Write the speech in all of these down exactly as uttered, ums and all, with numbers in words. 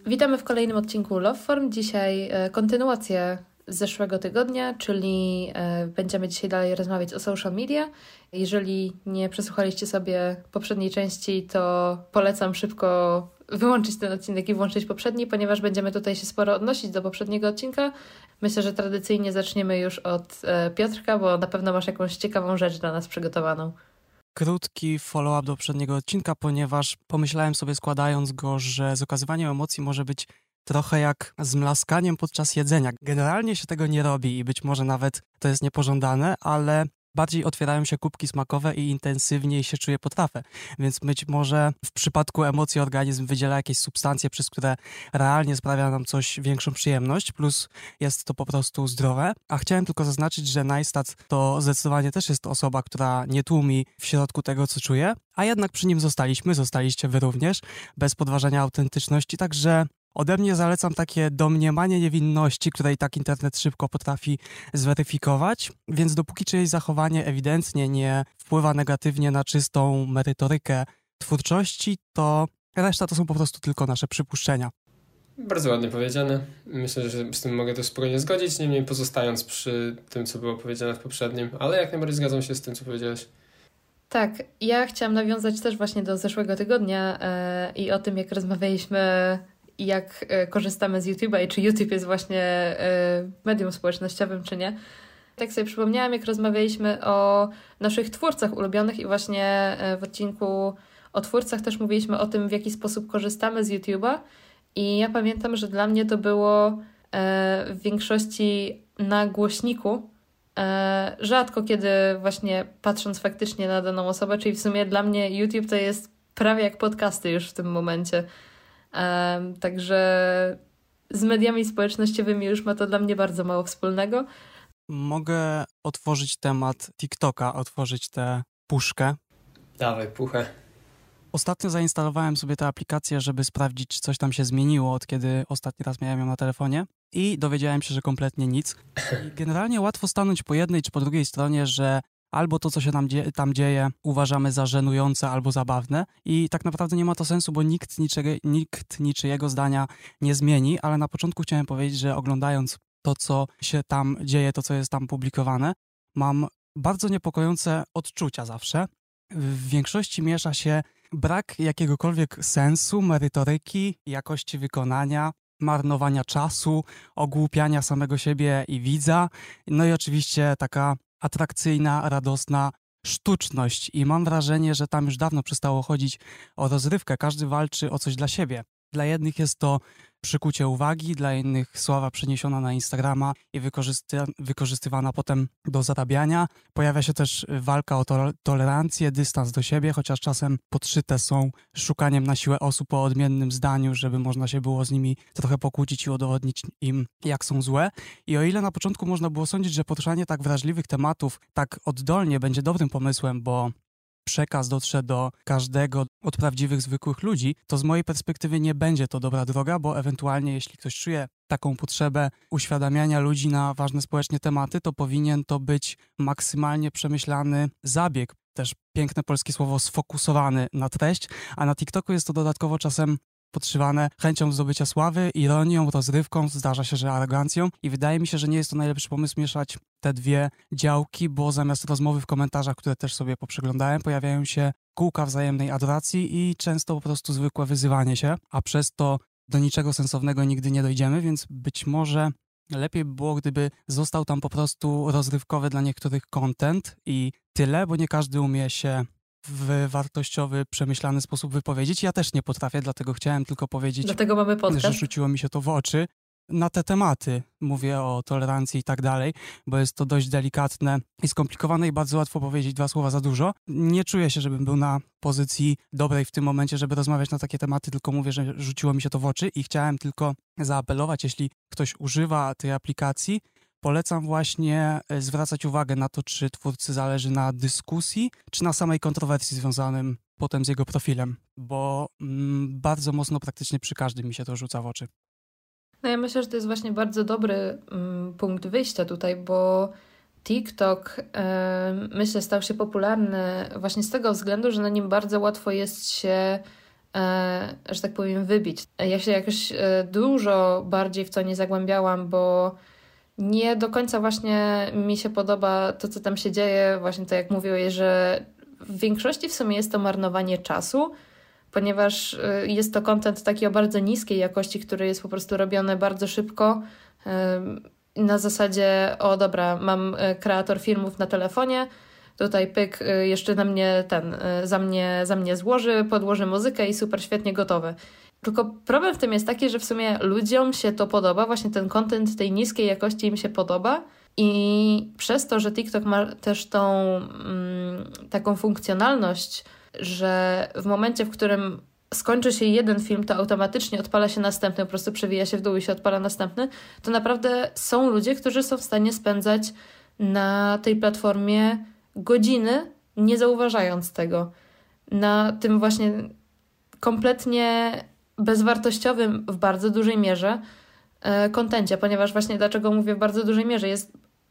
Witamy w kolejnym odcinku Loveform. Dzisiaj e, kontynuacja z zeszłego tygodnia, czyli e, będziemy dzisiaj dalej rozmawiać o social media. Jeżeli nie przesłuchaliście sobie poprzedniej części, to polecam szybko wyłączyć ten odcinek i włączyć poprzedni, ponieważ będziemy tutaj się sporo odnosić do poprzedniego odcinka. Myślę, że tradycyjnie zaczniemy już od e, Piotrka, bo na pewno masz jakąś ciekawą rzecz dla nas przygotowaną. Krótki follow-up do poprzedniego odcinka, ponieważ pomyślałem sobie składając go, że zokazywanie emocji może być trochę jak z mlaskaniem podczas jedzenia. Generalnie się tego nie robi i być może nawet to jest niepożądane, ale bardziej otwierają się kubki smakowe i intensywniej się czuje potrawę. Więc być może w przypadku emocji organizm wydziela jakieś substancje, przez które realnie sprawia nam coś większą przyjemność, plus jest to po prostu zdrowe. A chciałem tylko zaznaczyć, że Neistat to zdecydowanie też jest osoba, która nie tłumi w środku tego, co czuje, a jednak przy nim zostaliśmy, zostaliście wy również, bez podważania autentyczności, także ode mnie zalecam takie domniemanie niewinności, które i tak internet szybko potrafi zweryfikować, więc dopóki czyjeś zachowanie ewidentnie nie wpływa negatywnie na czystą merytorykę twórczości, to reszta to są po prostu tylko nasze przypuszczenia. Bardzo ładnie powiedziane. Myślę, że z tym mogę też spokojnie zgodzić, niemniej pozostając przy tym, co było powiedziane w poprzednim, ale jak najbardziej zgadzam się z tym, co powiedziałeś. Tak, ja chciałam nawiązać też właśnie do zeszłego tygodnia yy, i o tym, jak rozmawialiśmy i jak y, korzystamy z YouTube'a i czy YouTube jest właśnie y, medium społecznościowym, czy nie. Tak sobie przypomniałam, jak rozmawialiśmy o naszych twórcach ulubionych i właśnie y, w odcinku o twórcach też mówiliśmy o tym, w jaki sposób korzystamy z YouTube'a i ja pamiętam, że dla mnie to było y, w większości na głośniku, y, rzadko kiedy właśnie patrząc faktycznie na daną osobę, czyli w sumie dla mnie YouTube to jest prawie jak podcasty już w tym momencie. Um, także z mediami społecznościowymi już ma to dla mnie bardzo mało wspólnego. Mogę otworzyć temat TikToka, otworzyć tę puszkę. Dawaj, puchę. Ostatnio zainstalowałem sobie tę aplikację, żeby sprawdzić, czy coś tam się zmieniło, od kiedy ostatni raz miałem ją na telefonie i dowiedziałem się, że kompletnie nic. I generalnie łatwo stanąć po jednej czy po drugiej stronie, że albo to, co się tam, dzie- tam dzieje, uważamy za żenujące albo zabawne i tak naprawdę nie ma to sensu, bo nikt, niczego, nikt niczyjego zdania nie zmieni, ale na początku chciałem powiedzieć, że oglądając to, co się tam dzieje, to, co jest tam publikowane, mam bardzo niepokojące odczucia zawsze. W większości miesza się brak jakiegokolwiek sensu, merytoryki, jakości wykonania, marnowania czasu, ogłupiania samego siebie i widza, no i oczywiście taka atrakcyjna, radosna sztuczność i mam wrażenie, że tam już dawno przestało chodzić o rozrywkę. Każdy walczy o coś dla siebie. Dla jednych jest to przykucie uwagi, dla innych sława przeniesiona na Instagrama i wykorzysty- wykorzystywana potem do zarabiania. Pojawia się też walka o to- tolerancję, dystans do siebie, chociaż czasem podszyte są szukaniem na siłę osób o odmiennym zdaniu, żeby można się było z nimi trochę pokłócić i udowodnić im, jak są złe. I o ile na początku można było sądzić, że poruszanie tak wrażliwych tematów tak oddolnie będzie dobrym pomysłem, bo przekaz dotrze do każdego od prawdziwych, zwykłych ludzi, to z mojej perspektywy nie będzie to dobra droga, bo ewentualnie jeśli ktoś czuje taką potrzebę uświadamiania ludzi na ważne społecznie tematy, to powinien to być maksymalnie przemyślany zabieg. Też piękne polskie słowo sfokusowany na treść, a na TikToku jest to dodatkowo czasem podszywane chęcią zdobycia sławy, ironią, rozrywką, zdarza się, że arogancją i wydaje mi się, że nie jest to najlepszy pomysł mieszać te dwie działki, bo zamiast rozmowy w komentarzach, które też sobie poprzeglądałem, pojawiają się kółka wzajemnej adoracji i często po prostu zwykłe wyzywanie się, a przez to do niczego sensownego nigdy nie dojdziemy, więc być może lepiej by było, gdyby został tam po prostu rozrywkowy dla niektórych content i tyle, bo nie każdy umie się w wartościowy, przemyślany sposób wypowiedzieć. Ja też nie potrafię, dlatego chciałem tylko powiedzieć, Dlatego mamy podcast. że rzuciło mi się to w oczy na te tematy. Mówię o tolerancji i tak dalej, bo jest to dość delikatne i skomplikowane i bardzo łatwo powiedzieć dwa słowa za dużo. Nie czuję się, żebym był na pozycji dobrej w tym momencie, żeby rozmawiać na takie tematy, tylko mówię, że rzuciło mi się to w oczy i chciałem tylko zaapelować, jeśli ktoś używa tej aplikacji, polecam właśnie zwracać uwagę na to, czy twórcy zależy na dyskusji, czy na samej kontrowersji związanym potem z jego profilem, bo mm, bardzo mocno praktycznie przy każdym mi się to rzuca w oczy. No ja myślę, że to jest właśnie bardzo dobry mm, punkt wyjścia tutaj, bo TikTok, yy, myślę, stał się popularny właśnie z tego względu, że na nim bardzo łatwo jest się e, że tak powiem, wybić. Ja się jakoś e, dużo bardziej w to nie zagłębiałam, bo nie do końca właśnie mi się podoba to, co tam się dzieje, właśnie tak jak mówiłeś, że w większości w sumie jest to marnowanie czasu, ponieważ e, jest to content taki o bardzo niskiej jakości, który jest po prostu robiony bardzo szybko, e, na zasadzie, o dobra, mam kreator filmów na telefonie, tutaj pyk, jeszcze na mnie ten, za mnie, za mnie złoży, podłoży muzykę i super, świetnie, gotowe. Tylko problem w tym jest taki, że w sumie ludziom się to podoba, właśnie ten content tej niskiej jakości im się podoba i przez to, że TikTok ma też tą mm, taką funkcjonalność, że w momencie, w którym skończy się jeden film, to automatycznie odpala się następny, po prostu przewija się w dół i się odpala następny, to naprawdę są ludzie, którzy są w stanie spędzać na tej platformie godziny, nie zauważając tego. Na tym właśnie kompletnie bezwartościowym w bardzo dużej mierze kontencie, ponieważ właśnie dlaczego mówię w bardzo dużej mierze, jest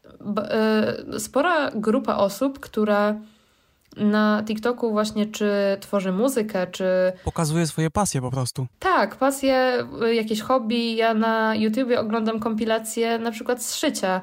e, spora grupa osób, która na TikToku właśnie czy tworzy muzykę, czy... Pokazuje swoje pasje po prostu. Tak, pasje, jakieś hobby. Ja na YouTubie oglądam kompilacje na przykład z szycia,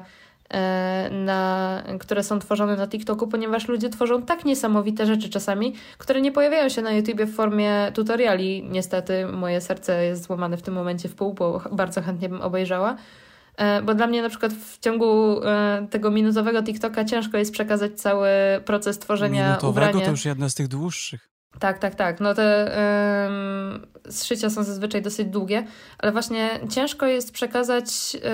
na, które są tworzone na TikToku, ponieważ ludzie tworzą tak niesamowite rzeczy czasami, które nie pojawiają się na YouTubie w formie tutoriali. Niestety moje serce jest złamane w tym momencie w pół, bo bardzo chętnie bym obejrzała. Bo dla mnie na przykład w ciągu tego minutowego TikToka ciężko jest przekazać cały proces tworzenia minutowego ubrania. To już jedno z tych dłuższych. Tak, tak, tak. No te ym, zszycia są zazwyczaj dosyć długie, ale właśnie ciężko jest przekazać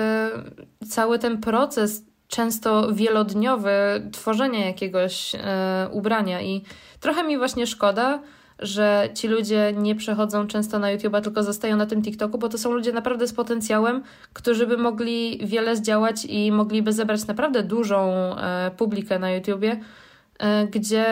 y, cały ten proces, często wielodniowy, tworzenia jakiegoś y, ubrania i trochę mi właśnie szkoda, że ci ludzie nie przechodzą często na YouTube'a, tylko zostają na tym TikToku, bo to są ludzie naprawdę z potencjałem, którzy by mogli wiele zdziałać i mogliby zebrać naprawdę dużą y, publikę na YouTubie, y, gdzie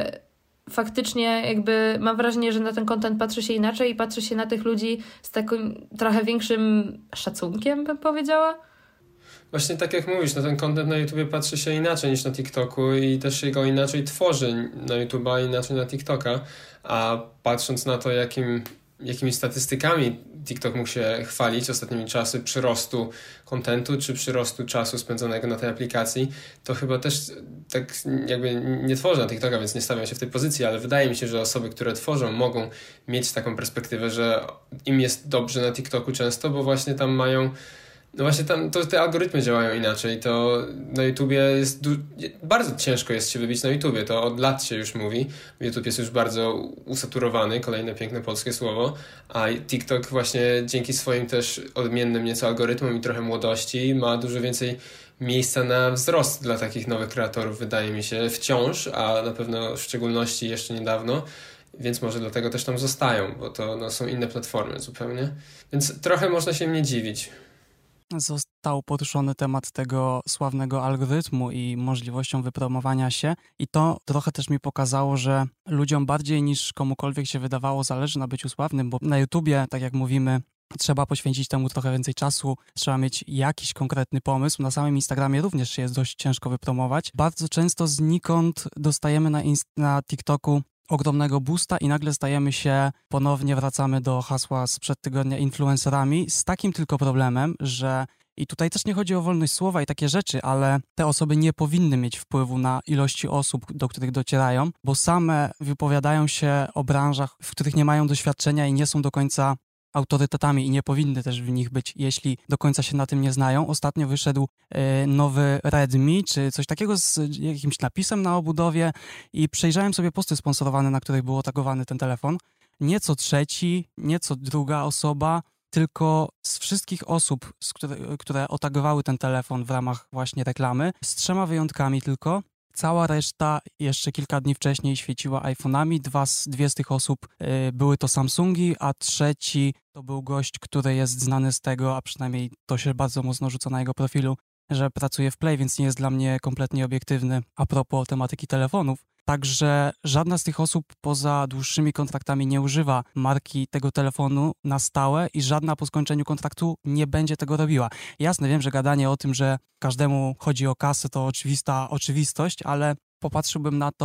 faktycznie jakby mam wrażenie, że na ten content patrzy się inaczej i patrzy się na tych ludzi z takim trochę większym szacunkiem, bym powiedziała. Właśnie tak jak mówisz, na ten content na YouTubie patrzy się inaczej niż na TikToku i też się go inaczej tworzy na YouTube'a, inaczej na TikToka, a patrząc na to, jakim, jakimi statystykami TikTok mógł się chwalić ostatnimi czasy przyrostu kontentu czy przyrostu czasu spędzonego na tej aplikacji, to chyba też tak jakby nie tworzę na TikToka, więc nie stawiam się w tej pozycji, ale wydaje mi się, że osoby, które tworzą, mogą mieć taką perspektywę, że im jest dobrze na TikToku często, bo właśnie tam mają No właśnie tam to te algorytmy działają inaczej. To na YouTubie jest du- bardzo ciężko jest się wybić na YouTubie. To od lat się już mówi. YouTube jest już bardzo usaturowany, kolejne piękne polskie słowo, a TikTok właśnie dzięki swoim też odmiennym nieco algorytmom i trochę młodości ma dużo więcej miejsca na wzrost dla takich nowych kreatorów, wydaje mi się, wciąż, a na pewno w szczególności jeszcze niedawno. Więc może dlatego też tam zostają, bo to no, są inne platformy zupełnie. Więc trochę można się mnie dziwić. Został poruszony temat tego sławnego algorytmu i możliwością wypromowania się i to trochę też mi pokazało, że ludziom bardziej niż komukolwiek się wydawało zależy na byciu sławnym, bo na YouTubie, tak jak mówimy, trzeba poświęcić temu trochę więcej czasu, trzeba mieć jakiś konkretny pomysł. Na samym Instagramie również się jest dość ciężko wypromować. Bardzo często znikąd dostajemy na, inst- na TikToku ogromnego boosta i nagle stajemy się, ponownie wracamy do hasła sprzed tygodnia, influencerami, z takim tylko problemem, że i tutaj też nie chodzi o wolność słowa i takie rzeczy, ale te osoby nie powinny mieć wpływu na ilości osób, do których docierają, bo same wypowiadają się o branżach, w których nie mają doświadczenia i nie są do końca autorytetami i nie powinny też w nich być, jeśli do końca się na tym nie znają. Ostatnio wyszedł y, nowy Redmi, czy coś takiego z jakimś napisem na obudowie i przejrzałem sobie posty sponsorowane, na których był tagowany ten telefon. Nie co trzeci, nie co druga osoba, tylko z wszystkich osób, z które, które otagowały ten telefon w ramach właśnie reklamy, z trzema wyjątkami tylko, cała reszta jeszcze kilka dni wcześniej świeciła iPhone'ami. Dwa z, dwie z tych osób y, były to Samsungi, a trzeci to był gość, który jest znany z tego, a przynajmniej to się bardzo mocno rzuca na jego profilu, że pracuje w Play, więc nie jest dla mnie kompletnie obiektywny a propos tematyki telefonów. Także żadna z tych osób poza dłuższymi kontraktami nie używa marki tego telefonu na stałe i żadna po skończeniu kontraktu nie będzie tego robiła. Jasne, wiem, że gadanie o tym, że każdemu chodzi o kasę, to oczywista oczywistość, ale popatrzyłbym na to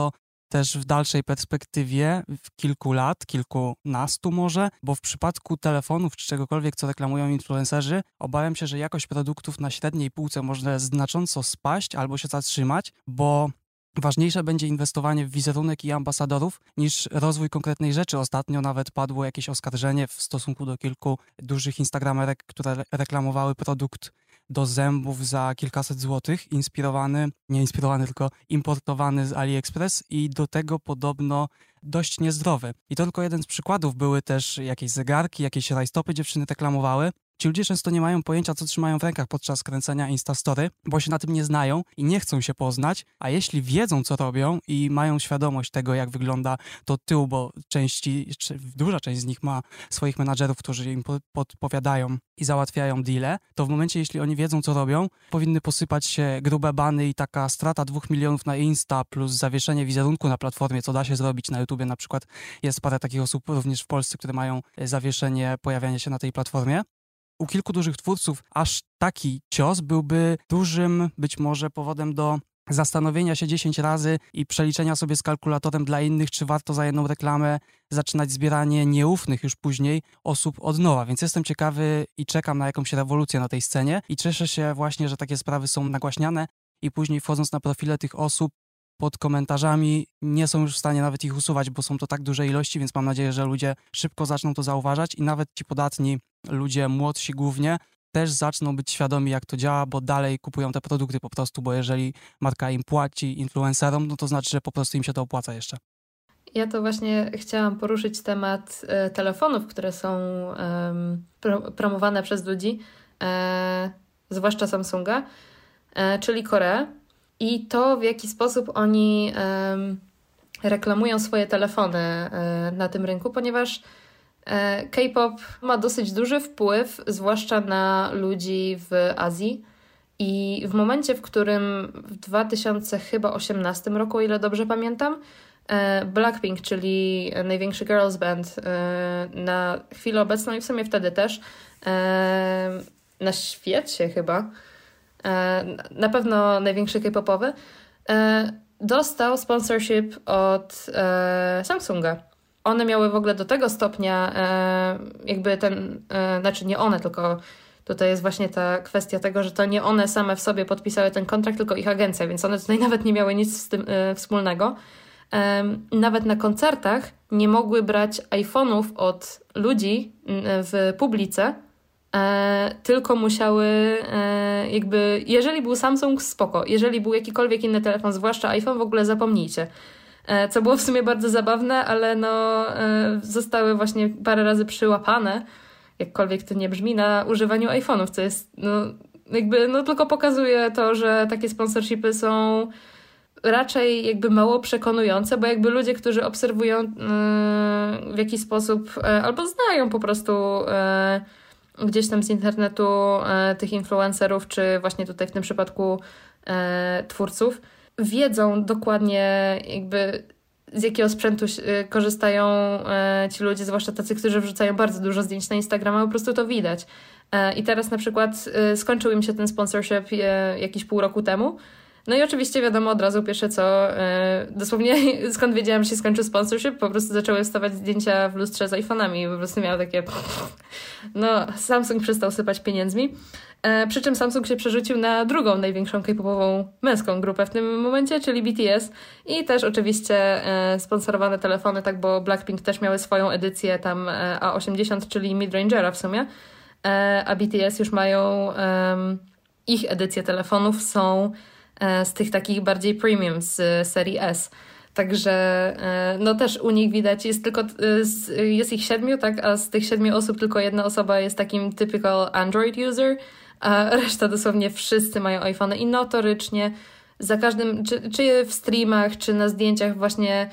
też w dalszej perspektywie, w kilku lat, kilkunastu może, bo w przypadku telefonów czy czegokolwiek, co reklamują influencerzy, obawiam się, że jakość produktów na średniej półce może znacząco spaść albo się zatrzymać, bo ważniejsze będzie inwestowanie w wizerunek i ambasadorów niż rozwój konkretnej rzeczy. Ostatnio nawet padło jakieś oskarżenie w stosunku do kilku dużych instagramerek, które re- reklamowały produkt do zębów za kilkaset złotych, inspirowany, nie inspirowany, tylko importowany z AliExpress i do tego podobno dość niezdrowy. I to tylko jeden z przykładów. Były też jakieś zegarki, jakieś rajstopy dziewczyny reklamowały. Ci ludzie często nie mają pojęcia, co trzymają w rękach podczas kręcenia Instastory, bo się na tym nie znają i nie chcą się poznać, a jeśli wiedzą, co robią i mają świadomość tego, jak wygląda to tył, bo części, duża część z nich ma swoich menadżerów, którzy im podpowiadają i załatwiają deale, to w momencie, jeśli oni wiedzą, co robią, powinny posypać się grube bany i taka strata dwóch milionów na Insta plus zawieszenie wizerunku na platformie, co da się zrobić na YouTubie na przykład. Jest parę takich osób również w Polsce, które mają zawieszenie pojawiania się na tej platformie. U kilku dużych twórców aż taki cios byłby dużym być może powodem do zastanowienia się dziesięć razy i przeliczenia sobie z kalkulatorem dla innych, czy warto za jedną reklamę zaczynać zbieranie nieufnych już później osób od nowa. Więc jestem ciekawy i czekam na jakąś rewolucję na tej scenie i cieszę się właśnie, że takie sprawy są nagłaśniane i później wchodząc na profile tych osób pod komentarzami nie są już w stanie nawet ich usuwać, bo są to tak duże ilości, więc mam nadzieję, że ludzie szybko zaczną to zauważać i nawet ci podatni ludzie, młodsi głównie, też zaczną być świadomi, jak to działa, bo dalej kupują te produkty po prostu, bo jeżeli marka im płaci influencerom, no to znaczy, że po prostu im się to opłaca jeszcze. Ja to właśnie chciałam poruszyć temat e, telefonów, które są e, pro, promowane przez ludzi, e, zwłaszcza Samsunga, e, czyli Koreę. I to, w jaki sposób oni um, reklamują swoje telefony e, na tym rynku, ponieważ e, K-pop ma dosyć duży wpływ, zwłaszcza na ludzi w Azji. I w momencie, w którym w dwa tysiące osiemnastym roku, o ile dobrze pamiętam, e, Blackpink, czyli największy girls band e, na chwilę obecną i w sumie wtedy też, e, na świecie chyba, na pewno największy K-popowy, dostał sponsorship od Samsunga. One miały w ogóle do tego stopnia jakby ten, znaczy nie one, tylko tutaj jest właśnie ta kwestia tego, że to nie one same w sobie podpisały ten kontrakt, tylko ich agencja, więc one tutaj nawet nie miały nic z tym wspólnego. Nawet na koncertach nie mogły brać iPhone'ów od ludzi w publice, E, tylko musiały e, jakby, jeżeli był Samsung, spoko, jeżeli był jakikolwiek inny telefon, zwłaszcza iPhone, w ogóle zapomnijcie. E, co było w sumie bardzo zabawne, ale no e, zostały właśnie parę razy przyłapane, jakkolwiek to nie brzmi, na używaniu iPhone'ów, co jest no jakby, no tylko pokazuje to, że takie sponsorshipy są raczej jakby mało przekonujące, bo jakby ludzie, którzy obserwują e, w jakiś sposób, e, albo znają po prostu e, gdzieś tam z internetu e, tych influencerów, czy właśnie tutaj w tym przypadku e, twórców, wiedzą dokładnie jakby z jakiego sprzętu e, korzystają e, ci ludzie, zwłaszcza tacy, którzy wrzucają bardzo dużo zdjęć na Instagrama, po prostu to widać. E, I teraz na przykład e, skończył im się ten sponsorship e, jakieś pół roku temu. No i oczywiście wiadomo od razu pierwsze co, e, dosłownie skąd wiedziałam, że się skończył sponsorship, po prostu zaczęły wstawać zdjęcia w lustrze z iPhone'ami i po prostu miały takie no Samsung przestał sypać pieniędzmi, e, przy czym Samsung się przerzucił na drugą największą K-popową męską grupę w tym momencie, czyli B T S i też oczywiście e, sponsorowane telefony, tak, bo Blackpink też miały swoją edycję tam e, A osiemdziesiąt, czyli Midrangera w sumie, e, a B T S już mają e, ich edycje telefonów są z tych takich bardziej premium z serii S. Także no też u nich widać, jest tylko jest ich siedmiu, tak, a z tych siedmiu osób tylko jedna osoba jest takim typical Android user, a reszta dosłownie wszyscy mają iPhone i notorycznie za każdym, czy, czy w streamach, czy na zdjęciach właśnie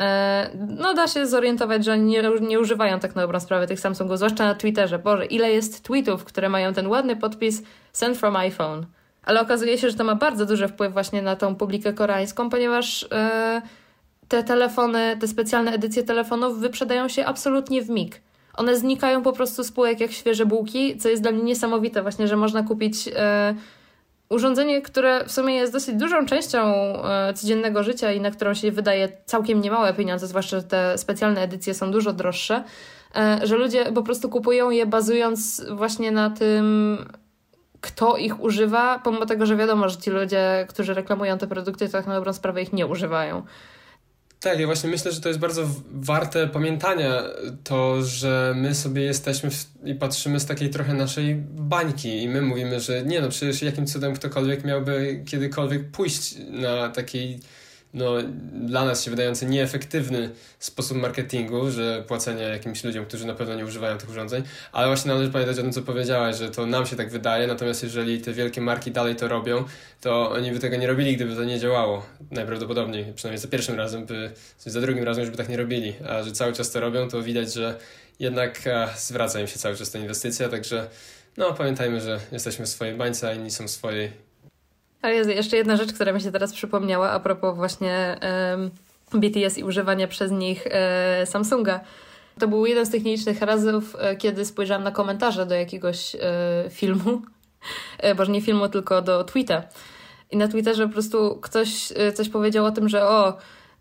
no da się zorientować, że oni nie, nie używają tak na dobrą sprawę tych Samsungów, zwłaszcza na Twitterze. Boże, ile jest tweetów, które mają ten ładny podpis send from iPhone. Ale okazuje się, że to ma bardzo duży wpływ właśnie na tą publikę koreańską, ponieważ yy, te telefony, te specjalne edycje telefonów wyprzedają się absolutnie w mig. One znikają po prostu z półek jak świeże bułki, co jest dla mnie niesamowite właśnie, że można kupić yy, urządzenie, które w sumie jest dosyć dużą częścią codziennego życia i na którą się wydaje całkiem niemałe pieniądze, zwłaszcza, że te specjalne edycje są dużo droższe, że ludzie po prostu kupują je bazując właśnie na tym, kto ich używa, pomimo tego, że wiadomo, że ci ludzie, którzy reklamują te produkty, to tak na dobrą sprawę ich nie używają. Tak, ja właśnie myślę, że to jest bardzo warte pamiętania to, że my sobie jesteśmy w, i patrzymy z takiej trochę naszej bańki i my mówimy, że nie no, przecież jakim cudem ktokolwiek miałby kiedykolwiek pójść na takiej, no dla nas się wydający nieefektywny sposób marketingu, że płacenia jakimś ludziom, którzy na pewno nie używają tych urządzeń, ale właśnie należy pamiętać o tym, co powiedziałaś, że to nam się tak wydaje, natomiast jeżeli te wielkie marki dalej to robią, to oni by tego nie robili, gdyby to nie działało. Najprawdopodobniej, przynajmniej za pierwszym razem, by, za drugim razem już by tak nie robili, a że cały czas to robią, to widać, że jednak a, zwraca im się cały czas ta inwestycja, także no pamiętajmy, że jesteśmy w swojej bańce, a inni są w swojej. Ale jest jeszcze jedna rzecz, która mi się teraz przypomniała a propos właśnie um, B T S i używania przez nich e, Samsunga. To był jeden z tych nielicznych razów, e, kiedy spojrzałam na komentarze do jakiegoś e, filmu, e, boże nie filmu, tylko do tweeta. I na Twitterze po prostu ktoś e, coś powiedział o tym, że o...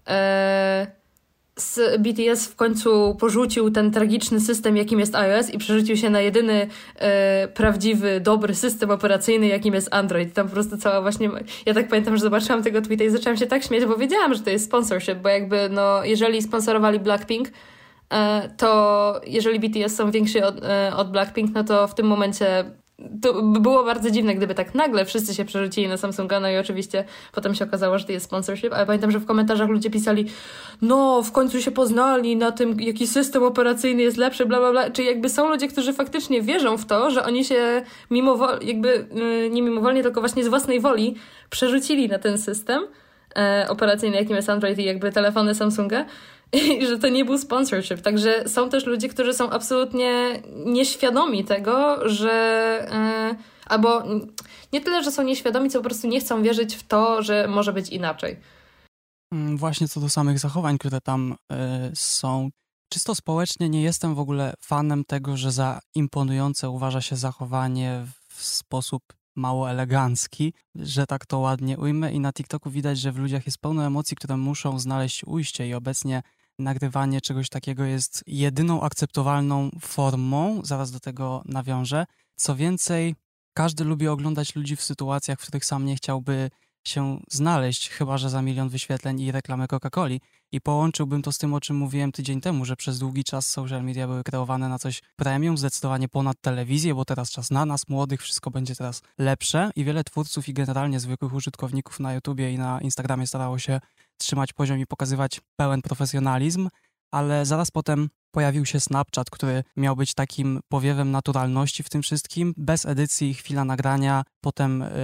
E, B T S w końcu porzucił ten tragiczny system, jakim jest iOS i przerzucił się na jedyny e, prawdziwy, dobry system operacyjny, jakim jest Android. Tam po prostu cała właśnie... Ja tak pamiętam, że zobaczyłam tego tweeta i zaczęłam się tak śmiać, bo wiedziałam, że to jest sponsorship, bo jakby no, jeżeli sponsorowali Blackpink, e, to jeżeli B T S są więksi od, e, od Blackpink, no to w tym momencie to by było bardzo dziwne, gdyby tak nagle wszyscy się przerzucili na Samsunga, no i oczywiście potem się okazało, że to jest sponsorship, ale pamiętam, że w komentarzach ludzie pisali, no w końcu się poznali na tym, jaki system operacyjny jest lepszy, bla bla bla, czyli jakby są ludzie, którzy faktycznie wierzą w to, że oni się mimowolnie, jakby nie mimowolnie, tylko właśnie z własnej woli przerzucili na ten system e, operacyjny, jakim jest Android i jakby telefony Samsunga, i że to nie był sponsorship. Także są też ludzie, którzy są absolutnie nieświadomi tego, że e, albo nie tyle, że są nieświadomi, co po prostu nie chcą wierzyć w to, że może być inaczej. Właśnie co do samych zachowań, które tam y, są. Czysto społecznie nie jestem w ogóle fanem tego, że za imponujące uważa się zachowanie w sposób mało elegancki, że tak to ładnie ujmę, i na TikToku widać, że w ludziach jest pełno emocji, które muszą znaleźć ujście i obecnie nagrywanie czegoś takiego jest jedyną akceptowalną formą, zaraz do tego nawiążę. Co więcej, każdy lubi oglądać ludzi w sytuacjach, w których sam nie chciałby się znaleźć, chyba że za milion wyświetleń i reklamę Coca-Coli. I połączyłbym to z tym, o czym mówiłem tydzień temu, że przez długi czas social media były kreowane na coś premium, zdecydowanie ponad telewizję, bo teraz czas na nas, młodych, wszystko będzie teraz lepsze i wiele twórców i generalnie zwykłych użytkowników na YouTubie i na Instagramie starało się trzymać poziom i pokazywać pełen profesjonalizm, ale zaraz potem pojawił się Snapchat, który miał być takim powiewem naturalności w tym wszystkim, bez edycji, chwila nagrania, potem yy,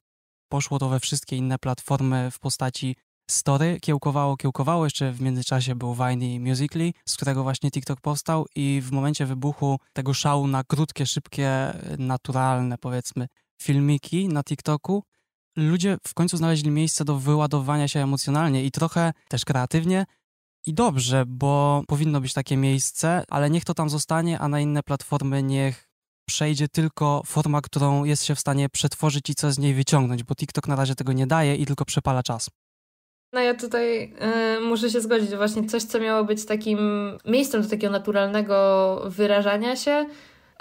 poszło to we wszystkie inne platformy w postaci story, kiełkowało, kiełkowało, jeszcze w międzyczasie był Vine i Musical.ly, z którego właśnie TikTok powstał i w momencie wybuchu tego szału na krótkie, szybkie, naturalne, powiedzmy, filmiki na TikToku, ludzie w końcu znaleźli miejsce do wyładowania się emocjonalnie i trochę też kreatywnie i dobrze, bo powinno być takie miejsce, ale niech to tam zostanie, a na inne platformy niech przejdzie tylko forma, którą jest się w stanie przetworzyć i co z niej wyciągnąć, bo TikTok na razie tego nie daje i tylko przepala czas. No ja tutaj y, muszę się zgodzić, właśnie coś, co miało być takim miejscem do takiego naturalnego wyrażania się. Y,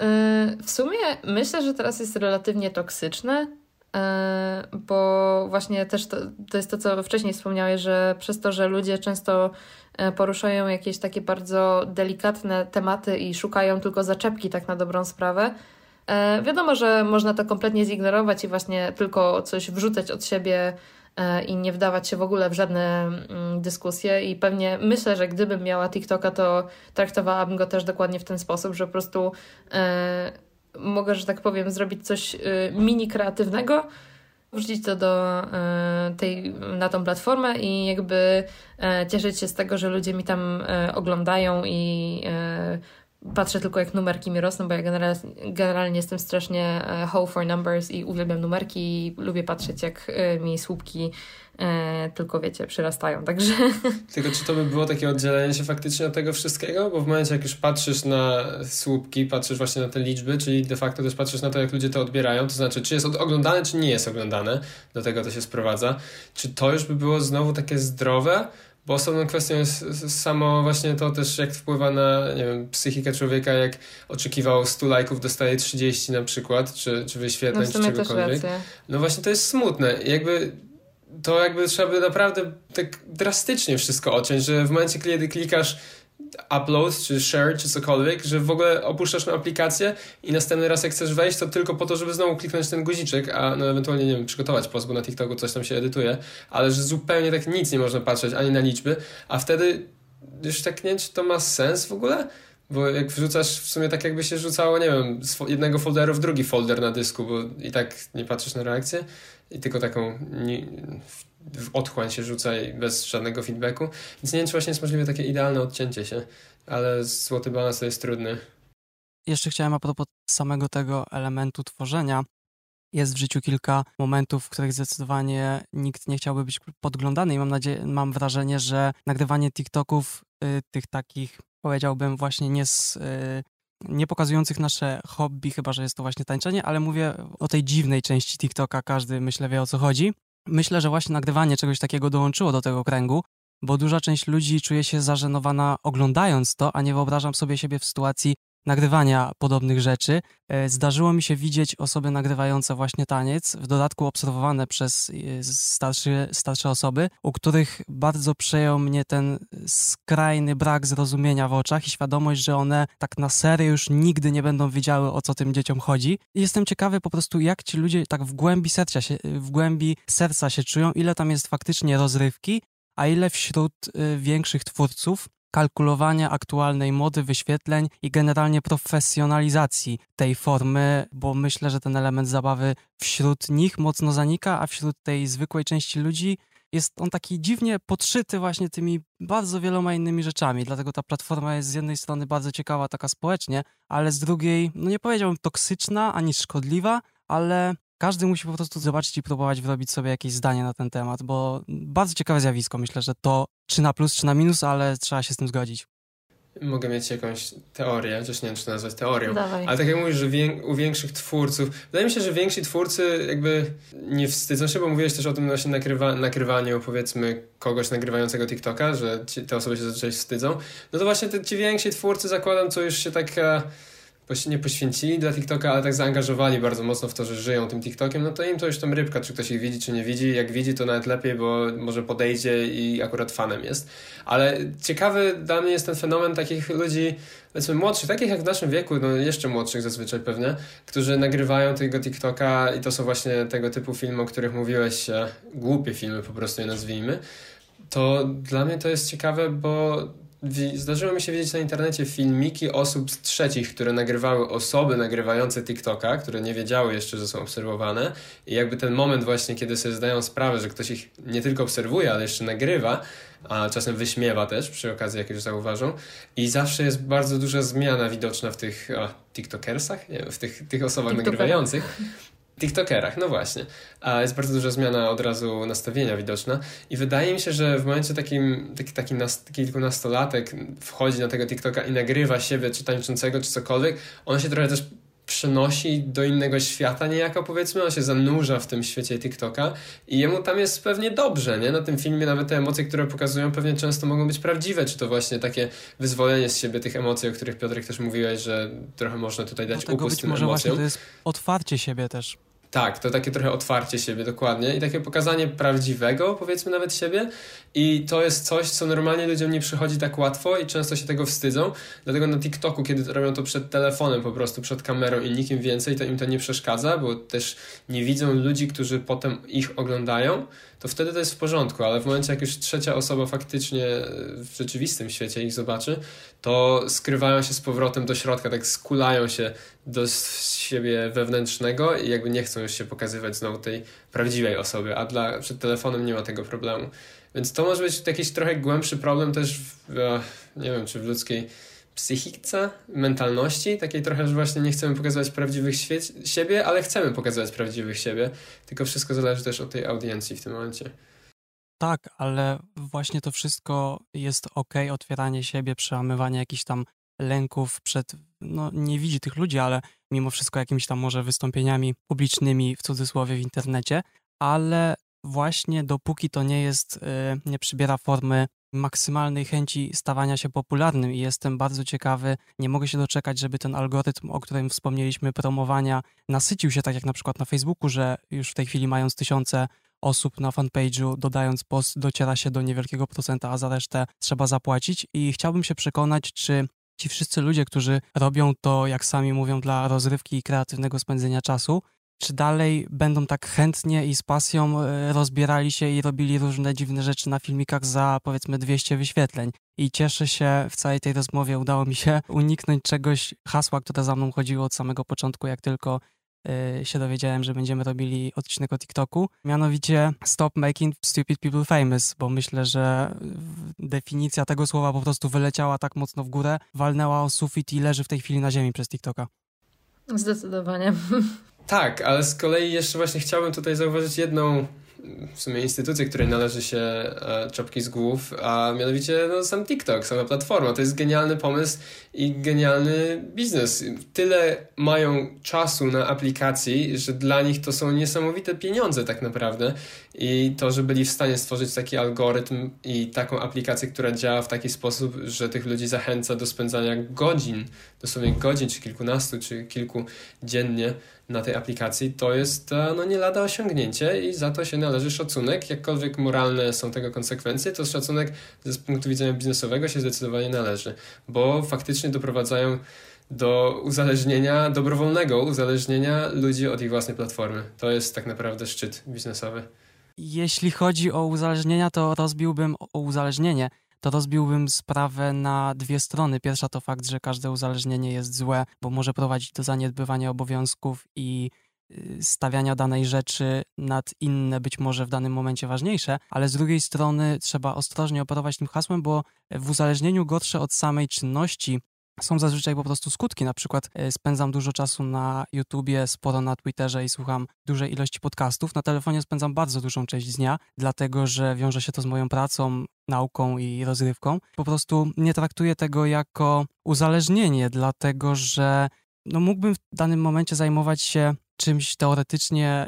w sumie myślę, że teraz jest relatywnie toksyczne, y, bo właśnie też to, to jest to, co wcześniej wspomniałeś, że przez to, że ludzie często poruszają jakieś takie bardzo delikatne tematy i szukają tylko zaczepki tak na dobrą sprawę. Y, wiadomo, że można to kompletnie zignorować i właśnie tylko coś wrzucać od siebie i nie wdawać się w ogóle w żadne dyskusje i pewnie myślę, że gdybym miała TikToka, to traktowałabym go też dokładnie w ten sposób, że po prostu e, mogę, że tak powiem, zrobić coś e, mini kreatywnego, wrzucić to do e, tej, na tą platformę i jakby e, cieszyć się z tego, że ludzie mi tam e, oglądają i e, patrzę tylko jak numerki mi rosną, bo ja generalnie, generalnie jestem strasznie hoe for numbers i uwielbiam numerki i lubię patrzeć jak mi słupki e, tylko wiecie, przyrastają, także... Tylko czy to by było takie oddzielenie się faktycznie od tego wszystkiego? Bo w momencie jak już patrzysz na słupki, patrzysz właśnie na te liczby, czyli de facto też patrzysz na to, jak ludzie to odbierają, to znaczy czy jest oglądane, czy nie jest oglądane, do tego to się sprowadza. Czy to już by było znowu takie zdrowe? Bo osobną kwestią jest samo właśnie to też, jak wpływa na, nie wiem, psychikę człowieka, jak oczekiwał stu lajków, dostaje trzydzieści na przykład, czy, czy wyświetleń, no czy czegokolwiek. No właśnie to jest smutne. Jakby to jakby trzeba by naprawdę tak drastycznie wszystko odciąć, że w momencie, kiedy klikasz upload, czy share, czy cokolwiek, że w ogóle opuszczasz tę aplikację i następny raz jak chcesz wejść, to tylko po to, żeby znowu kliknąć ten guziczek, a no ewentualnie, nie wiem, przygotować post, bo na TikToku coś tam się edytuje, ale że zupełnie tak nic nie można patrzeć, ani na liczby, a wtedy już tak nie wiem, czy to ma sens w ogóle? Bo jak wrzucasz, w sumie tak jakby się rzucało, nie wiem, z jednego folderu w drugi folder na dysku, bo i tak nie patrzysz na reakcję i tylko taką nie, w otchłań się rzuca i bez żadnego feedbacku. Więc nie wiem, czy właśnie jest możliwe takie idealne odcięcie się, ale złoty balans to jest trudny. Jeszcze chciałem a propos samego tego elementu tworzenia. Jest w życiu kilka momentów, w których zdecydowanie nikt nie chciałby być podglądany i mam nadzieję, mam wrażenie, że nagrywanie TikToków, y, tych takich, powiedziałbym właśnie nie, z, y, nie pokazujących nasze hobby, chyba że jest to właśnie tańczenie, ale mówię o tej dziwnej części TikToka, każdy myślę wie o co chodzi. Myślę, że właśnie nagrywanie czegoś takiego dołączyło do tego kręgu, bo duża część ludzi czuje się zażenowana oglądając to, a nie wyobrażam sobie siebie w sytuacji nagrywania podobnych rzeczy. Zdarzyło mi się widzieć osoby nagrywające właśnie taniec, w dodatku obserwowane przez starszy, starsze osoby, u których bardzo przejął mnie ten skrajny brak zrozumienia w oczach i świadomość, że one tak na serio już nigdy nie będą wiedziały, o co tym dzieciom chodzi. I jestem ciekawy po prostu, jak ci ludzie tak w głębi serca się, w głębi serca się czują, ile tam jest faktycznie rozrywki, a ile wśród y, większych twórców kalkulowania aktualnej mody, wyświetleń i generalnie profesjonalizacji tej formy, bo myślę, że ten element zabawy wśród nich mocno zanika, a wśród tej zwykłej części ludzi jest on taki dziwnie podszyty właśnie tymi bardzo wieloma innymi rzeczami, dlatego ta platforma jest z jednej strony bardzo ciekawa, taka społecznie, ale z drugiej, no nie powiedziałbym toksyczna, ani szkodliwa, ale każdy musi po prostu zobaczyć i próbować wyrobić sobie jakieś zdanie na ten temat, bo bardzo ciekawe zjawisko. Myślę, że to czy na plus, czy na minus, ale trzeba się z tym zgodzić. Mogę mieć jakąś teorię, chociaż nie wiem, czy to nazwać teorią, Dawaj. Ale tak jak mówisz, że wię- u większych twórców, wydaje mi się, że więksi twórcy jakby nie wstydzą się, bo mówiłeś też o tym właśnie nakrywa- nakrywaniu, powiedzmy, kogoś nagrywającego TikToka, że ci, te osoby się zazwyczaj wstydzą. No to właśnie te, ci więksi twórcy, zakładam, co już się tak nie poświęcili dla TikToka, ale tak zaangażowali bardzo mocno w to, że żyją tym TikTokiem, no to im to już tam rybka, czy ktoś ich widzi, czy nie widzi. Jak widzi, to nawet lepiej, bo może podejdzie i akurat fanem jest. Ale ciekawy dla mnie jest ten fenomen takich ludzi, powiedzmy młodszych, takich jak w naszym wieku, no jeszcze młodszych zazwyczaj pewnie, którzy nagrywają tego TikToka i to są właśnie tego typu filmy, o których mówiłeś, głupie filmy po prostu je nazwijmy. To dla mnie to jest ciekawe, bo zdarzyło mi się widzieć na internecie filmiki osób z trzecich, które nagrywały osoby nagrywające TikToka, które nie wiedziały jeszcze, że są obserwowane i jakby ten moment właśnie, kiedy sobie zdają sprawę, że ktoś ich nie tylko obserwuje, ale jeszcze nagrywa, a czasem wyśmiewa też przy okazji, jak już zauważą. I zawsze jest bardzo duża zmiana widoczna w tych o, TikTokersach, nie, w tych, tych osobach nagrywających. TikTokerach, no właśnie. A jest bardzo duża zmiana od razu nastawienia widoczna i wydaje mi się, że w momencie takim taki, taki nas, kilkunastolatek wchodzi na tego TikToka i nagrywa siebie, czy tańczącego, czy cokolwiek, on się trochę też przenosi do innego świata niejako, powiedzmy, on się zanurza w tym świecie TikToka i jemu tam jest pewnie dobrze, nie? Na tym filmie nawet te emocje, które pokazują, pewnie często mogą być prawdziwe, czy to właśnie takie wyzwolenie z siebie tych emocji, o których Piotrek też mówiłeś, że trochę można tutaj dać upust tym może emocjom. właśnie to jest otwarcie siebie też. Tak, to takie trochę otwarcie siebie, dokładnie. I takie pokazanie prawdziwego, powiedzmy nawet siebie. I to jest coś, co normalnie ludziom nie przychodzi tak łatwo i często się tego wstydzą. Dlatego na TikToku, kiedy robią to przed telefonem, po prostu przed kamerą i nikim więcej, to im to nie przeszkadza, bo też nie widzą ludzi, którzy potem ich oglądają, to wtedy to jest w porządku. Ale w momencie, jak już trzecia osoba faktycznie w rzeczywistym świecie ich zobaczy, to skrywają się z powrotem do środka, tak skulają się do siebie wewnętrznego i jakby nie chcą już się pokazywać znowu tej prawdziwej osoby, a dla, przed telefonem nie ma tego problemu. Więc to może być jakiś trochę głębszy problem też, w, nie wiem, czy w ludzkiej psychice, mentalności, takiej trochę, że właśnie nie chcemy pokazywać prawdziwych świe- siebie, ale chcemy pokazywać prawdziwych siebie, tylko wszystko zależy też od tej audiencji w tym momencie. Tak, ale właśnie to wszystko jest okej, otwieranie siebie, przełamywanie jakichś tam lęków przed, no nie widzi tych ludzi, ale mimo wszystko jakimiś tam może wystąpieniami publicznymi, w cudzysłowie, w internecie, ale właśnie dopóki to nie jest, nie przybiera formy maksymalnej chęci stawania się popularnym i jestem bardzo ciekawy, nie mogę się doczekać, żeby ten algorytm, o którym wspomnieliśmy, promowania, nasycił się tak jak na przykład na Facebooku, że już w tej chwili mając tysiące osób na fanpage'u, dodając post, dociera się do niewielkiego procenta, a za resztę trzeba zapłacić i chciałbym się przekonać, czy ci wszyscy ludzie, którzy robią to, jak sami mówią, dla rozrywki i kreatywnego spędzenia czasu, czy dalej będą tak chętnie i z pasją rozbierali się i robili różne dziwne rzeczy na filmikach za powiedzmy dwieście wyświetleń. I cieszę się, w całej tej rozmowie udało mi się uniknąć czegoś, hasła, które za mną chodziło od samego początku, jak tylko y, się dowiedziałem, że będziemy robili odcinek o TikToku. Mianowicie Stop Making Stupid People Famous, bo myślę, że definicja tego słowa po prostu wyleciała tak mocno w górę, walnęła o sufit i leży w tej chwili na ziemi przez TikToka. Zdecydowanie. Tak, ale z kolei jeszcze właśnie chciałbym tutaj zauważyć jedną w sumie instytucję, której należy się e, czapki z głów, a mianowicie no, sam TikTok, sama platforma. To jest genialny pomysł i genialny biznes. Tyle mają czasu na aplikacji, że dla nich to są niesamowite pieniądze tak naprawdę i to, że byli w stanie stworzyć taki algorytm i taką aplikację, która działa w taki sposób, że tych ludzi zachęca do spędzania godzin, dosłownie godzin, czy kilkunastu, czy kilku dziennie na tej aplikacji, to jest no nie lada osiągnięcie i za to się należy szacunek. Jakkolwiek moralne są tego konsekwencje, to szacunek z punktu widzenia biznesowego się zdecydowanie należy, bo faktycznie doprowadzają do uzależnienia, dobrowolnego uzależnienia ludzi od ich własnej platformy. To jest tak naprawdę szczyt biznesowy. Jeśli chodzi o uzależnienia, to rozbiłbym o uzależnienie. To rozbiłbym sprawę na dwie strony. Pierwsza to fakt, że każde uzależnienie jest złe, bo może prowadzić do zaniedbywania obowiązków i stawiania danej rzeczy nad inne, być może w danym momencie ważniejsze, ale z drugiej strony trzeba ostrożnie operować tym hasłem, bo w uzależnieniu gorsze od samej czynności są zazwyczaj po prostu skutki. Na przykład spędzam dużo czasu na YouTubie, sporo na Twitterze i słucham dużej ilości podcastów. Na telefonie spędzam bardzo dużą część dnia, dlatego że wiąże się to z moją pracą, nauką i rozrywką. Po prostu nie traktuję tego jako uzależnienie, dlatego że no mógłbym w danym momencie zajmować się czymś teoretycznie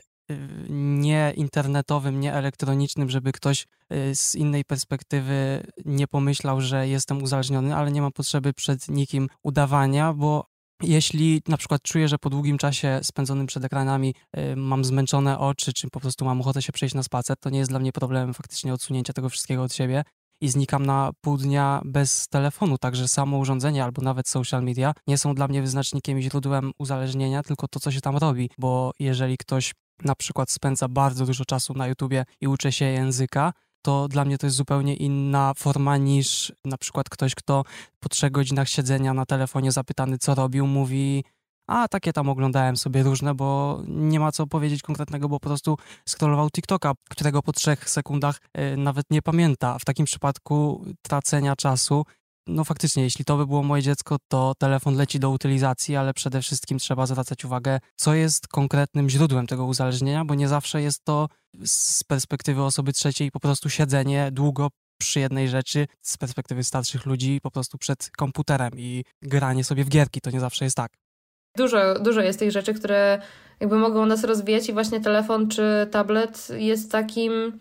nie internetowym, nie elektronicznym, żeby ktoś z innej perspektywy nie pomyślał, że jestem uzależniony, ale nie mam potrzeby przed nikim udawania, bo jeśli na przykład czuję, że po długim czasie spędzonym przed ekranami mam zmęczone oczy, czy po prostu mam ochotę się przejść na spacer, to nie jest dla mnie problemem faktycznie odsunięcia tego wszystkiego od siebie i znikam na pół dnia bez telefonu, także samo urządzenie albo nawet social media nie są dla mnie wyznacznikiem i źródłem uzależnienia, tylko to, co się tam robi, bo jeżeli ktoś na przykład spędza bardzo dużo czasu na YouTubie i uczy się języka, to dla mnie to jest zupełnie inna forma niż na przykład ktoś, kto po trzech godzinach siedzenia na telefonie zapytany, co robił, mówi a takie tam oglądałem sobie różne, bo nie ma co powiedzieć konkretnego, bo po prostu scrollował TikToka, którego po trzech sekundach y, nawet nie pamięta. W takim przypadku tracenia czasu, no faktycznie, jeśli to by było moje dziecko, to telefon leci do utylizacji, ale przede wszystkim trzeba zwracać uwagę, co jest konkretnym źródłem tego uzależnienia, bo nie zawsze jest to z perspektywy osoby trzeciej po prostu siedzenie długo przy jednej rzeczy, z perspektywy starszych ludzi po prostu przed komputerem i granie sobie w gierki, to nie zawsze jest tak. Dużo, dużo jest tych rzeczy, które jakby mogą nas rozwijać i właśnie telefon czy tablet jest takim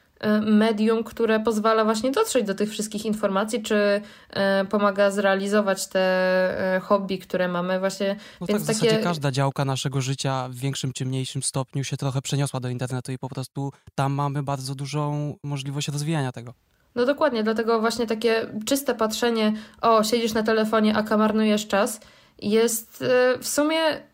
medium, które pozwala właśnie dotrzeć do tych wszystkich informacji, czy pomaga zrealizować te hobby, które mamy właśnie. No Więc tak, w takie... zasadzie każda działka naszego życia w większym czy mniejszym stopniu się trochę przeniosła do internetu i po prostu tam mamy bardzo dużą możliwość rozwijania tego. No dokładnie, dlatego właśnie takie czyste patrzenie, o, siedzisz na telefonie, a marnujesz czas, jest w sumie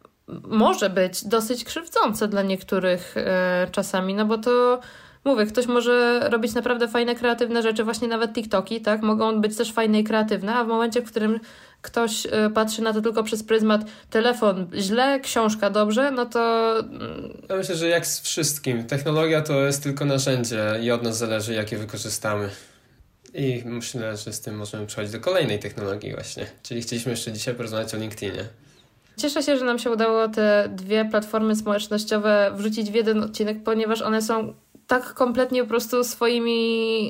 może być dosyć krzywdzące dla niektórych czasami, no bo to mówię, ktoś może robić naprawdę fajne, kreatywne rzeczy, właśnie nawet TikToki, tak? Mogą być też fajne i kreatywne, a w momencie, w którym ktoś patrzy na to tylko przez pryzmat telefon źle, książka dobrze, no to... Ja myślę, że jak z wszystkim, technologia to jest tylko narzędzie i od nas zależy, jakie wykorzystamy. I myślę, że z tym możemy przechodzić do kolejnej technologii właśnie. Czyli chcieliśmy jeszcze dzisiaj porozmawiać o LinkedInie. Cieszę się, że nam się udało te dwie platformy społecznościowe wrzucić w jeden odcinek, ponieważ one są tak kompletnie po prostu swoimi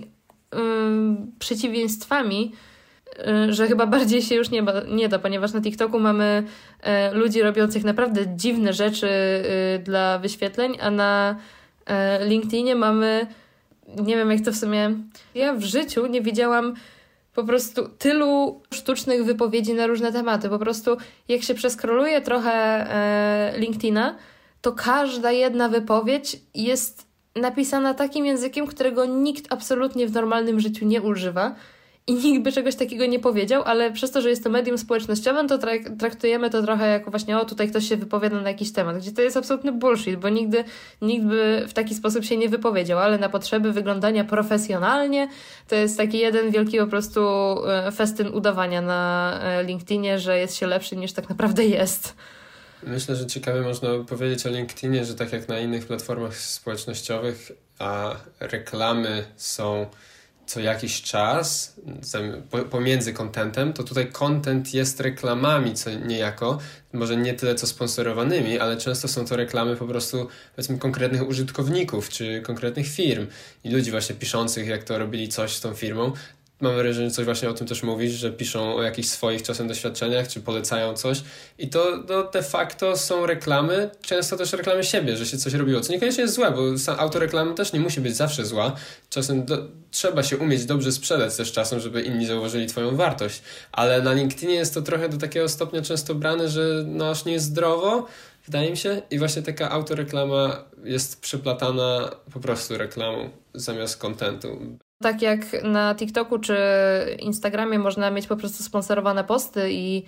ym, przeciwieństwami, y, że chyba bardziej się już nie, ba, nie da, ponieważ na TikToku mamy y, ludzi robiących naprawdę dziwne rzeczy y, dla wyświetleń, a na y, LinkedInie mamy, nie wiem jak to w sumie, ja w życiu nie widziałam po prostu tylu sztucznych wypowiedzi na różne tematy. Po prostu jak się przeskroluje trochę e, LinkedIna, to każda jedna wypowiedź jest napisana takim językiem, którego nikt absolutnie w normalnym życiu nie używa i nikt by czegoś takiego nie powiedział, ale przez to, że jest to medium społecznościowe, to trak- traktujemy to trochę jako właśnie o, tutaj ktoś się wypowiada na jakiś temat, gdzie to jest absolutny bullshit, bo nigdy nikt by w taki sposób się nie wypowiedział, ale na potrzeby wyglądania profesjonalnie to jest taki jeden wielki po prostu festyn udawania na LinkedInie, że jest się lepszy niż tak naprawdę jest. Myślę, że ciekawie można powiedzieć o LinkedInie, że tak jak na innych platformach społecznościowych, a reklamy są co jakiś czas pomiędzy contentem, to tutaj content jest reklamami co niejako, może nie tyle co sponsorowanymi, ale często są to reklamy po prostu powiedzmy konkretnych użytkowników czy konkretnych firm i ludzi właśnie piszących, jak to robili coś z tą firmą. Mam wrażenie, że coś właśnie o tym też mówisz, że piszą o jakichś swoich czasem doświadczeniach, czy polecają coś i to no, de facto są reklamy, często też reklamy siebie, że się coś robiło, co niekoniecznie jest złe, bo autoreklama też nie musi być zawsze zła. Czasem do, trzeba się umieć dobrze sprzedać też czasem, żeby inni zauważyli twoją wartość, ale na LinkedInie jest to trochę do takiego stopnia często brane, że no aż nie jest zdrowo, wydaje mi się, i właśnie taka autoreklama jest przeplatana po prostu reklamą zamiast contentu. Tak jak na TikToku czy Instagramie można mieć po prostu sponsorowane posty i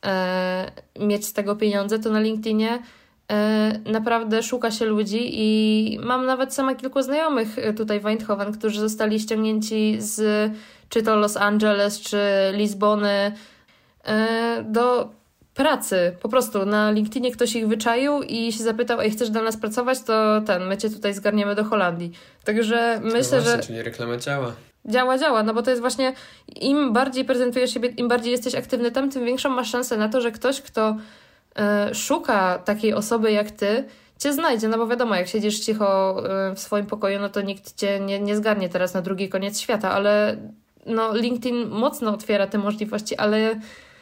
e, mieć z tego pieniądze, to na LinkedInie e, naprawdę szuka się ludzi i mam nawet sama kilku znajomych tutaj w Eindhoven, którzy zostali ściągnięci z czy to Los Angeles, czy Lizbony e, do pracy. Po prostu na LinkedInie ktoś ich wyczaił i się zapytał, ej, chcesz dla nas pracować, to ten, my cię tutaj zgarniemy do Holandii. Także no myślę, właśnie, że... Czyli reklama działa. Działa, działa, no bo to jest właśnie, im bardziej prezentujesz siebie, im bardziej jesteś aktywny tam, tym większą masz szansę na to, że ktoś, kto y, szuka takiej osoby jak ty, cię znajdzie, no bo wiadomo, jak siedzisz cicho y, w swoim pokoju, no to nikt cię nie, nie zgarnie teraz na drugi koniec świata, ale no LinkedIn mocno otwiera te możliwości, ale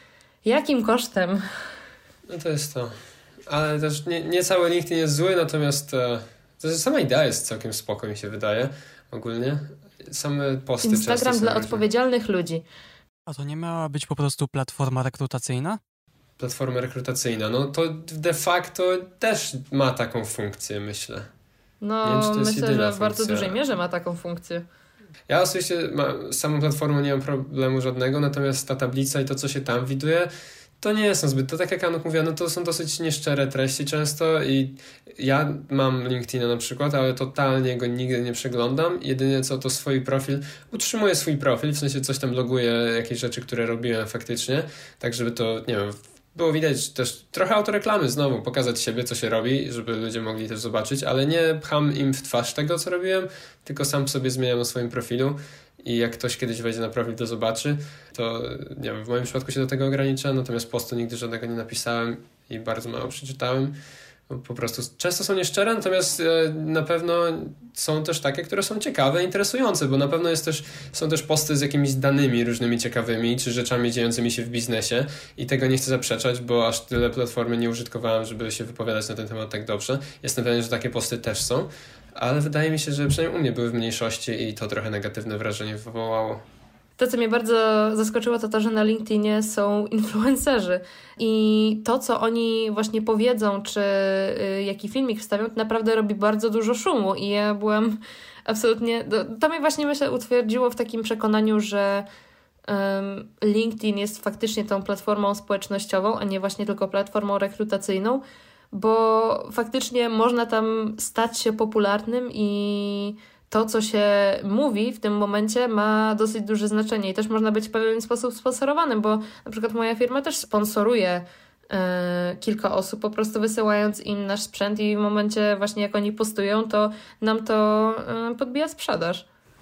jakim kosztem? No to jest to. Ale też nie, nie cały LinkedIn jest zły, natomiast e, to jest, sama idea jest całkiem spoko, mi się wydaje, ogólnie. Same posty Instagram dla różne. odpowiedzialnych ludzi. A to nie miała być po prostu platforma rekrutacyjna? Platforma rekrutacyjna, no to de facto też ma taką funkcję, myślę. No, wiem, myślę, że w bardzo dużej mierze ma taką funkcję. Ja osobiście ma, z samą platformą nie mam problemu żadnego, natomiast ta tablica i to, co się tam widuje, to nie są zbyt, to tak jak Anuk mówiła, no to są dosyć nieszczere treści często i ja mam LinkedIna na przykład, ale totalnie go nigdy nie przeglądam. Jedynie co to swój profil, utrzymuję swój profil, w sensie coś tam loguję, jakieś rzeczy, które robiłem faktycznie, tak żeby to, nie wiem, było widać też trochę autoreklamy znowu, pokazać siebie, co się robi, żeby ludzie mogli też zobaczyć, ale nie pcham im w twarz tego, co robiłem, tylko sam sobie zmieniam na swoim profilu i jak ktoś kiedyś wejdzie na profil, to zobaczy, to nie wiem, w moim przypadku się do tego ogranicza, natomiast postu nigdy żadnego nie napisałem i bardzo mało przeczytałem. Po prostu często są nieszczere, natomiast na pewno są też takie, które są ciekawe, interesujące, bo na pewno jest też, są też posty z jakimiś danymi różnymi ciekawymi, czy rzeczami dziejącymi się w biznesie i tego nie chcę zaprzeczać, bo aż tyle platformy nie użytkowałem, żeby się wypowiadać na ten temat tak dobrze. Jestem pewien, że takie posty też są, ale wydaje mi się, że przynajmniej u mnie były w mniejszości i to trochę negatywne wrażenie wywołało. To, co mnie bardzo zaskoczyło, to to, że na LinkedInie są influencerzy i to, co oni właśnie powiedzą, czy y, jaki filmik wstawią, to naprawdę robi bardzo dużo szumu i ja byłam absolutnie... To mnie właśnie, myślę, utwierdziło w takim przekonaniu, że um, LinkedIn jest faktycznie tą platformą społecznościową, a nie właśnie tylko platformą rekrutacyjną, bo faktycznie można tam stać się popularnym i to, co się mówi w tym momencie, ma dosyć duże znaczenie i też można być w pewien sposób sponsorowanym, bo na przykład moja firma też sponsoruje e, kilka osób, po prostu wysyłając im nasz sprzęt i w momencie właśnie jak oni postują, to nam to e, podbija sprzedaż.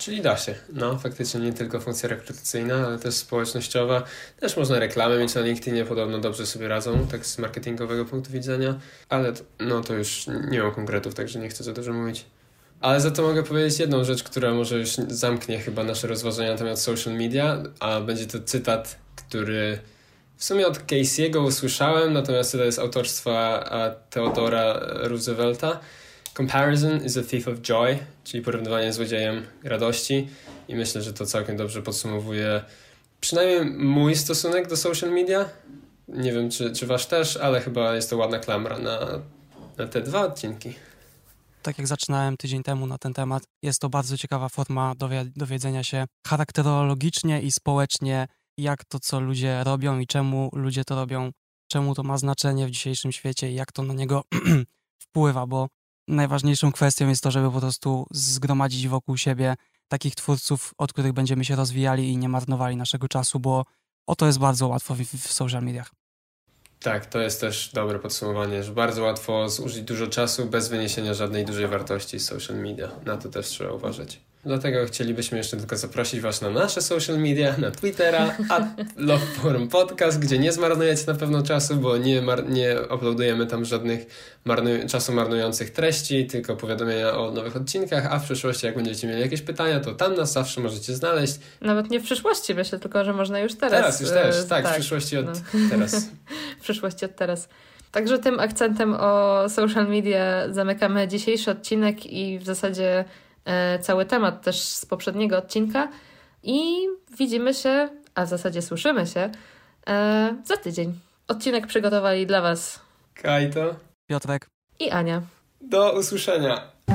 Czyli da się. No, faktycznie nie tylko funkcja rekrutacyjna, ale też społecznościowa. Też można reklamy mieć na LinkedInie, podobno dobrze sobie radzą, tak z marketingowego punktu widzenia. Ale to, no to już nie mam konkretów, także nie chcę za dużo mówić. Ale za to mogę powiedzieć jedną rzecz, która może już zamknie chyba nasze rozważania na temat social media, a będzie to cytat, który w sumie od Casey'ego usłyszałem, natomiast to jest autorstwa Theodora Roosevelta. Comparison is a thief of joy, czyli porównywanie z złodziejem radości, i myślę, że to całkiem dobrze podsumowuje przynajmniej mój stosunek do social media. Nie wiem, czy, czy wasz też, ale chyba jest to ładna klamra na, na te dwa odcinki. Tak jak zaczynałem tydzień temu na ten temat, jest to bardzo ciekawa forma dowi- dowiedzenia się charakterologicznie i społecznie, jak to, co ludzie robią i czemu ludzie to robią, czemu to ma znaczenie w dzisiejszym świecie i jak to na niego wpływa, bo najważniejszą kwestią jest to, żeby po prostu zgromadzić wokół siebie takich twórców, od których będziemy się rozwijali i nie marnowali naszego czasu, bo o to jest bardzo łatwo w, w social mediach. Tak, to jest też dobre podsumowanie, że bardzo łatwo zużyć dużo czasu bez wyniesienia żadnej dużej wartości z social media. Na to też trzeba uważać. Dlatego chcielibyśmy jeszcze tylko zaprosić was na nasze social media, na Twittera, at Love Forum Podcast, gdzie nie zmarnujecie na pewno czasu, bo nie, mar- nie uploadujemy tam żadnych marnu- czasu marnujących treści, tylko powiadomienia o nowych odcinkach, a w przyszłości, jak będziecie mieli jakieś pytania, to tam nas zawsze możecie znaleźć. Nawet nie w przyszłości, myślę, tylko że można już teraz. Teraz, już też, yy, tak, tak, w przyszłości od no. teraz. w przyszłości od teraz. Także tym akcentem o social media zamykamy dzisiejszy odcinek i w zasadzie e, cały temat też z poprzedniego odcinka i widzimy się, a w zasadzie słyszymy się e, za tydzień. Odcinek przygotowali dla was Kajto. Piotrek. i Ania. Do usłyszenia.